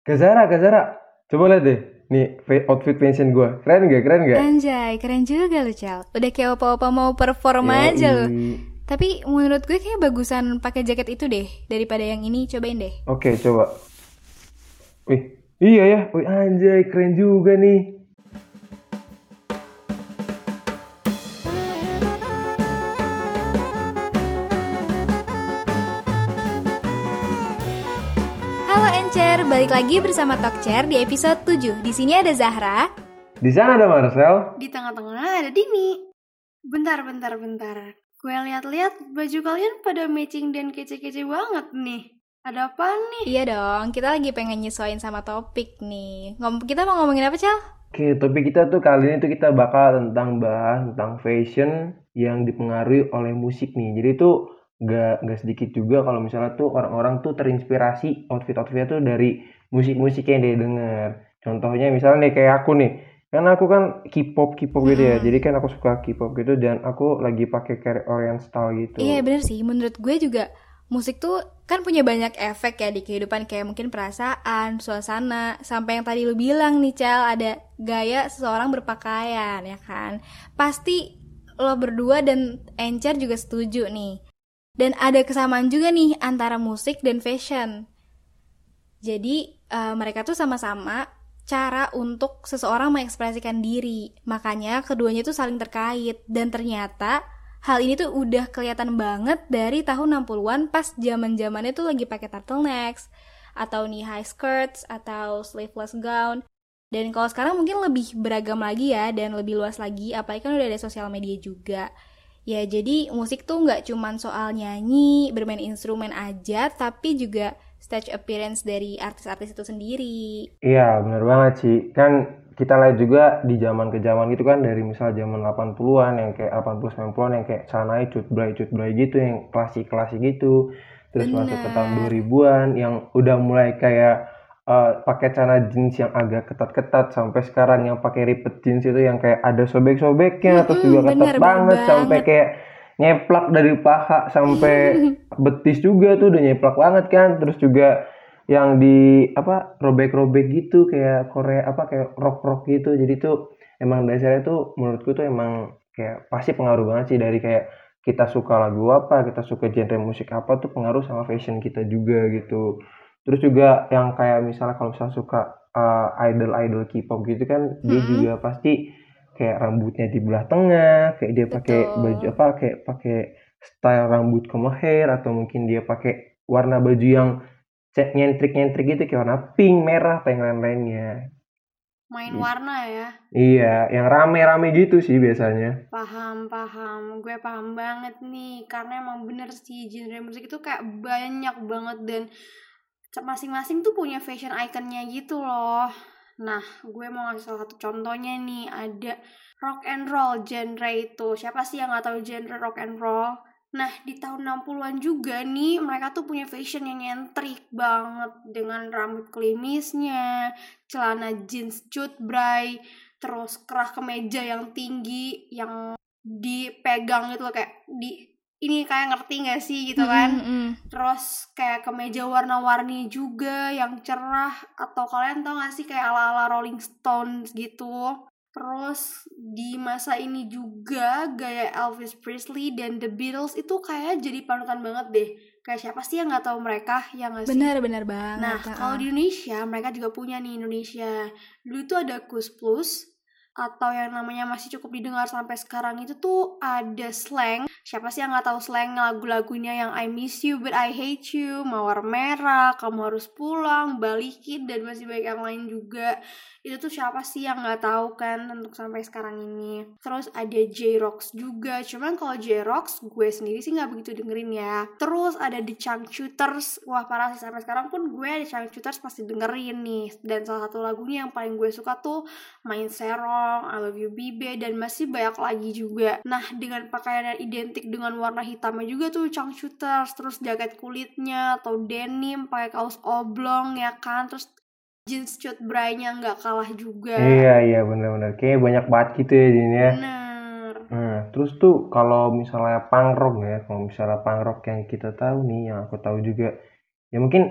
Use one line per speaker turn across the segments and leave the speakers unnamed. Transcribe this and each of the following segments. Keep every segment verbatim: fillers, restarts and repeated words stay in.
Kak Zara, Kak Zara. Coba lihat deh. Nih, fa- outfit fashion gue. Keren gak? Keren gak?
Anjay, keren juga lu, Cel. Udah kayak opa-opa mau perform aja lu.
Yoi.
Tapi menurut gue kayak bagusan pakai jaket itu deh daripada yang ini, cobain deh.
Oke, coba. Wih, iya ya. Wih, anjay, keren juga nih.
Halo Encer, balik lagi bersama Talkcer di episode tujuh. Di sini ada Zahra.
Di sana ada Marcel.
Di tengah-tengah ada Dini. Bentar, bentar, bentar. Gue lihat-lihat baju kalian pada matching dan kece-kece banget nih. Ada apa nih?
Iya dong, kita lagi pengen nyesuaiin sama topik nih. Ngom kita mau ngomongin apa, Cel?
Oke, topik kita tuh kali ini tuh kita bakal tentang bahas tentang fashion yang dipengaruhi oleh musik nih. Jadi tuh gak, gak sedikit juga kalau misalnya tuh orang-orang tuh terinspirasi outfit-outfitnya tuh dari musik-musik yang dia denger. Contohnya misalnya nih kayak aku nih. Kan aku kan K-pop, K-pop gitu ya.
Mm-mm.
Jadi kan aku suka K-pop gitu dan aku lagi pakai Korean style gitu.
Iya bener sih, menurut gue juga musik tuh kan punya banyak efek ya di kehidupan, kayak mungkin perasaan, suasana, sampai yang tadi lu bilang nih Cel, ada gaya seseorang berpakaian ya kan. Pasti lo berdua dan Encer juga setuju nih. Dan ada kesamaan juga nih antara musik dan fashion. Jadi eh, mereka tuh sama-sama cara untuk seseorang mengekspresikan diri. Makanya keduanya tuh saling terkait. Dan ternyata hal ini tuh udah kelihatan banget dari tahun enam puluhan pas zaman-zamannya tuh lagi pakai turtlenecks atau knee high skirts atau sleeveless gown. Dan kalau sekarang mungkin lebih beragam lagi ya dan lebih luas lagi, apalagi kan udah ada sosial media juga. Ya jadi musik tuh nggak cuman soal nyanyi, bermain instrumen aja, tapi juga stage appearance dari artis-artis itu sendiri.
Iya, bener banget sih. Kan kita lihat juga di zaman ke zaman gitu kan dari misal zaman delapan puluhan yang kayak delapan puluh sembilan puluhan yang kayak celananya cutbray cutbray gitu yang klasik-klasik gitu. Terus masuk ke tahun dua
Bener.
ribuan yang udah mulai kayak eh, pakai celana jeans yang agak ketat-ketat sampai sekarang yang pakai ripped jeans itu yang kayak ada sobek-sobeknya terus
Mm-mm,
juga ketat
bener, bener
banget sampai
banget.
kayak nyeplak dari paha sampai betis juga tuh udah nyeplak banget kan. Terus juga yang di apa robek-robek gitu kayak Korea apa kayak rock-rock gitu. Jadi tuh emang dasarnya tuh menurutku tuh emang kayak pasti pengaruh banget sih dari kayak kita suka lagu apa, kita suka genre musik apa tuh pengaruh sama fashion kita juga gitu. Terus juga yang kayak misalnya kalau misalnya suka uh, idol-idol K-pop gitu kan dia
Mm-mm,
juga pasti kayak rambutnya di belah tengah, kayak dia pakai baju
betul.
apa kayak pakai style rambut comb hair atau mungkin dia pakai warna baju yang cek nyentrik-nyentrik gitu kayak warna pink, merah, apa yang lain-lainnya.
Main
Gitu.
warna ya.
Iya, yang rame-rame gitu sih biasanya.
Paham, paham. Gue paham banget nih. Karena emang bener sih genre musik itu kayak banyak banget dan masing-masing tuh punya fashion iconnya gitu loh. Nah, gue mau ngasih salah satu contohnya nih. Ada rock and roll genre itu. Siapa sih yang gak tahu genre rock and roll? Nah, di tahun enam puluhan juga nih, mereka tuh punya fashion yang nyentrik banget. Dengan rambut klimisnya, celana jeans cutbray, terus kerah kemeja yang tinggi, yang dipegang gitu loh, kayak di ini kayak ngerti gak sih gitu kan.
Mm-mm-mm.
Terus kayak kemeja warna-warni juga yang cerah, atau kalian tau gak sih kayak ala-ala Rolling Stones gitu. Terus di masa ini juga gaya Elvis Presley dan The Beatles itu kayak jadi panutan banget deh. Kayak siapa sih yang gak tahu mereka, ya gak sih?
Bener-bener banget.
Nah, kalau
uh-uh.
di Indonesia, mereka juga punya nih Indonesia. Dulu itu ada Kus Plus, atau yang namanya masih cukup didengar sampai sekarang itu tuh ada Slang. Siapa sih yang gak tahu Slang, lagu-lagunya yang I Miss You But I Hate You, Mawar Merah, Kamu Harus Pulang, Balikin, dan masih banyak yang lain juga. Itu tuh siapa sih yang gak tahu kan untuk sampai sekarang ini. Terus ada J-Rocks juga. Cuman kalau J-Rocks gue sendiri sih gak begitu dengerin ya. Terus ada The Changcuters. Wah parah sih, sampai sekarang pun gue The Changcuters pasti dengerin nih. Dan salah satu lagunya yang paling gue suka tuh Main Serong, I Love You Bibe, dan masih banyak lagi juga. Nah, dengan pakaian yang identik dengan warna hitamnya juga tuh Changcuters. Terus jaket kulitnya atau denim pakai kaos oblong ya kan. Terus jeans cutbray-nya nggak kalah juga.
Iya, iya benar-benar. Kayaknya banyak banget gitu ya Din ya.
Bener.
Nah, terus tuh kalau misalnya punk rock ya, kalau misalnya punk rock yang kita tahu nih, yang aku tahu juga, ya mungkin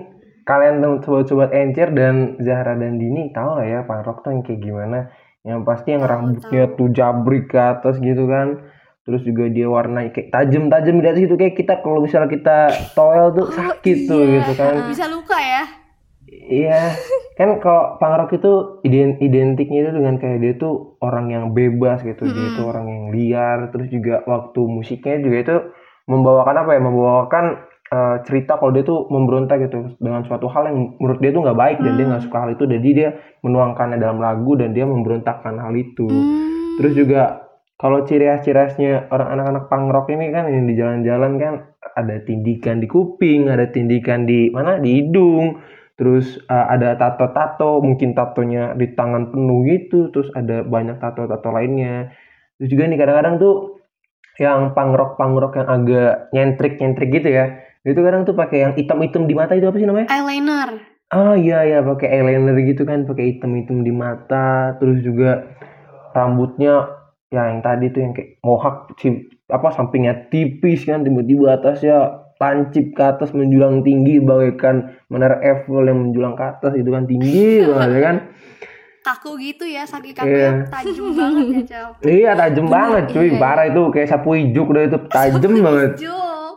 kalian tuh sobat-sobat encer dan Zahra dan Dini tahu lah ya punk rock tuh yang kayak gimana. Yang pasti yang
Tahu,
rambutnya
tahu.
tuh jabrik ke atas gitu kan. Terus juga dia warna kayak tajam-tajam di atas gitu, kayak kita kalau misalnya kita toel tuh
Oh,
sakit tuh
iya.
gitu kan.
Bisa luka ya.
Iya, kan kalau punk rock itu iden- identiknya itu dengan kayak dia tuh orang yang bebas gitu, dia itu
Mm-mm.
orang yang liar, terus juga waktu musiknya juga itu membawakan apa ya, membawakan eh, cerita kalau dia tuh memberontak gitu dengan suatu hal yang menurut dia tuh nggak baik dan dia nggak
Hmm.
suka hal itu, jadi dia menuangkannya dalam lagu dan dia memberontakkan hal itu.
Hmm.
Terus juga kalau ciri khas-ciri-khasnya orang anak-anak punk rock ini kan yang di jalan-jalan kan ada tindikan di kuping, ada tindikan di mana di hidung, terus uh, ada tato-tato, mungkin tatonya di tangan penuh gitu, terus ada banyak tato-tato lainnya. Terus juga nih kadang-kadang tuh yang punk rock punk rock yang agak nyentrik-nyentrik gitu ya, itu kadang tuh pakai yang hitam-hitam di mata, itu apa sih namanya?
Eyeliner.
Ah iya ya, pakai eyeliner gitu kan, pakai hitam-hitam di mata, terus juga rambutnya ya yang tadi tuh yang kayak mohawk ci- apa sampingnya tipis kan, tiba-tiba atasnya tancip ke atas menjulang tinggi bagaikan menara Eiffel yang menjulang ke atas itu kan, tinggi banget ya kan.
Kaku gitu ya, saking kaku
Iya.
ya, tajam banget ya, Cel.
Iya tajam banget cuy,
iya,
parah itu kayak sapu ijuk udah itu tajam banget.
Jok.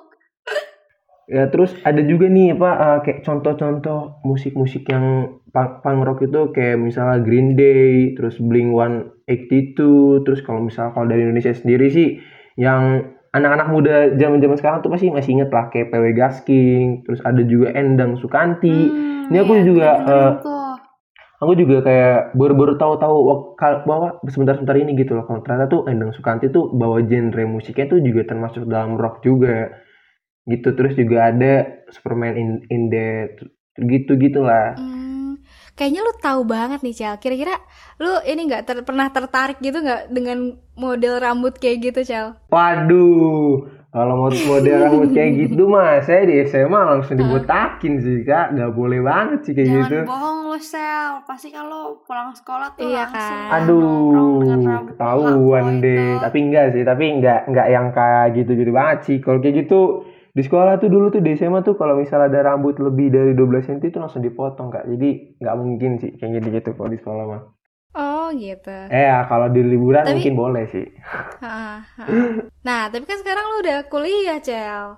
Ya terus ada juga nih apa eh, kayak contoh-contoh musik-musik yang punk, punk rock itu kayak misalnya Green Day, terus Blink one eighty-two, terus kalau misalnya kalau dari Indonesia sendiri sih yang anak-anak muda zaman-zaman sekarang tuh pasti masih inget lah kayak P W Gasking, terus ada juga Endang Sukanti.
Hmm,
Ini aku
iya,
juga
gue dengerin
eh,
tuh.
aku juga kayak baru-baru tahu-tahu wak- kal- bahwa sebentar-sebentar ini gitu loh kalau ternyata tuh Endang Sukanti tuh bawa genre musiknya tuh juga termasuk dalam rock juga gitu. Terus juga ada Superman in in the gitu gitulah.
Hmm, kayaknya lu tahu banget nih, Cel. Kira-kira lu ini nggak ter- pernah tertarik gitu nggak dengan model rambut kayak gitu, Cel?
Waduh, kalau mau model rambut kayak gitu mah saya di S M A langsung dibotakin sih kak, nggak boleh banget sih kayak
Jangan
gitu.
bohong lo, Sel. Pasti kalau pulang sekolah tuh
Iya
langsung
kan?
nongkrong dengan
Aduh,
rambut
ketahuan
lo
deh.
itu.
Tapi enggak sih, tapi enggak enggak yang kayak gitu-gitu banget sih. Kalau kayak gitu di sekolah tuh dulu tuh di S M A tuh kalau misalnya ada rambut lebih dari dua belas sentimeter tuh langsung dipotong kak. Jadi nggak mungkin sih kayak gitu-gitu kalau di sekolah mah.
Oh gitu.
Eh ya kalau di liburan
Tapi-
mungkin boleh sih.
Ha, ha. Nah, tapi kan sekarang lu udah kuliah, Cel.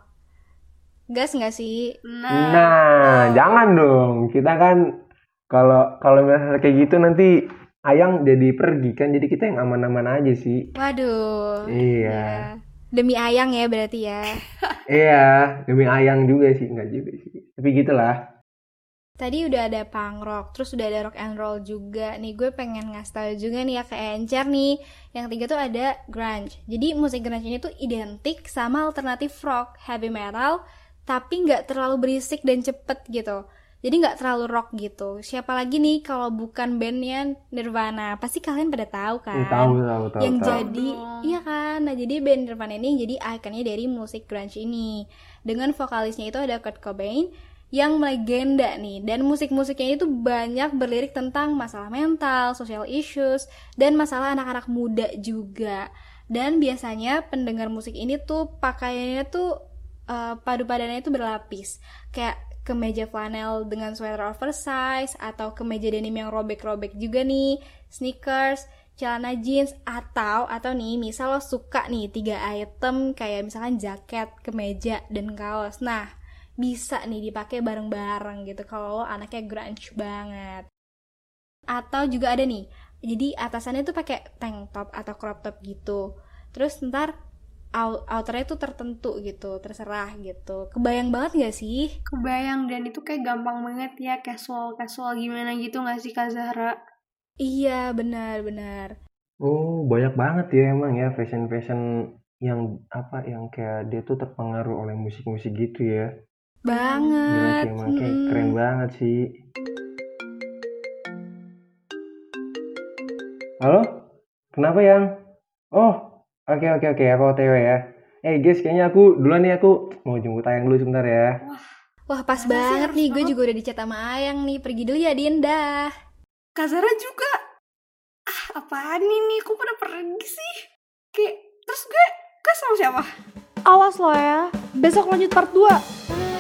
Gas nggak sih?
Nah,
Nah, jangan dong. Kita kan kalau kalau misalnya kayak gitu nanti Ayang jadi pergi kan. Jadi kita yang aman-aman aja sih.
Waduh.
Iya.
Ya. Demi Ayang ya berarti ya.
Iya, demi Ayang juga sih, enggak juga sih. Tapi gitulah.
Tadi udah ada punk rock, terus udah ada rock and roll juga. Nih gue pengen ngasih tahu juga nih ya ke Encer nih. Yang tiga tuh ada grunge. Jadi musik grunge ini tuh identik sama alternatif rock, heavy metal, tapi nggak terlalu berisik dan cepet gitu. Jadi nggak terlalu rock gitu. Siapa lagi nih kalau bukan bandnya Nirvana? Pasti kalian pada tahu kan?
Tahu, tahu, tahu,
yang
tahu.
jadi iya kan, nah jadi band Nirvana ini jadi ikonnya dari musik grunge ini dengan vokalisnya itu ada Kurt Cobain yang melegenda nih, dan musik-musiknya itu banyak berlirik tentang masalah mental, social issues, dan masalah anak-anak muda juga. Dan biasanya pendengar musik ini tuh pakaiannya tuh uh, padu padannya itu berlapis, kayak kemeja flanel dengan sweater oversize, atau kemeja denim yang robek-robek juga nih, sneakers, celana jeans, atau atau nih misal lo suka nih tiga item kayak misalkan jaket, kemeja, dan kaos. Nah, bisa nih dipakai bareng-bareng gitu kalau lo anaknya grunge banget. Atau juga ada nih, jadi atasannya tuh pakai tank top atau crop top gitu. Terus ntar outernya tuh tertentu gitu, terserah gitu. Kebayang banget gak sih?
kebayang, dan itu kayak gampang banget ya, casual-casual gimana gitu gak sih Kak Zahra?
Iya, benar-benar.
Oh, banyak banget ya emang ya fashion-fashion yang apa yang kayak dia tuh terpengaruh oleh musik-musik gitu ya. Gila
Banget.
sih emang kayak
Mm-mm.
keren banget sih. Halo? Kenapa yang? Oh, oke oke oke, aku O T W ya. Eh guys, kayaknya aku duluan nih, aku mau jemput Ayang dulu sebentar ya.
Wah, pas
Masa sih
banget
harus
nih, gue
banget?
juga udah dicat sama Ayang nih. Pergi dulu ya, Dinda.
Kak Zahra juga. Ah, apaan ini? Kok pada pergi sih? Kayak, terus gue, gue sama siapa?
Awas lo ya, besok lanjut part dua.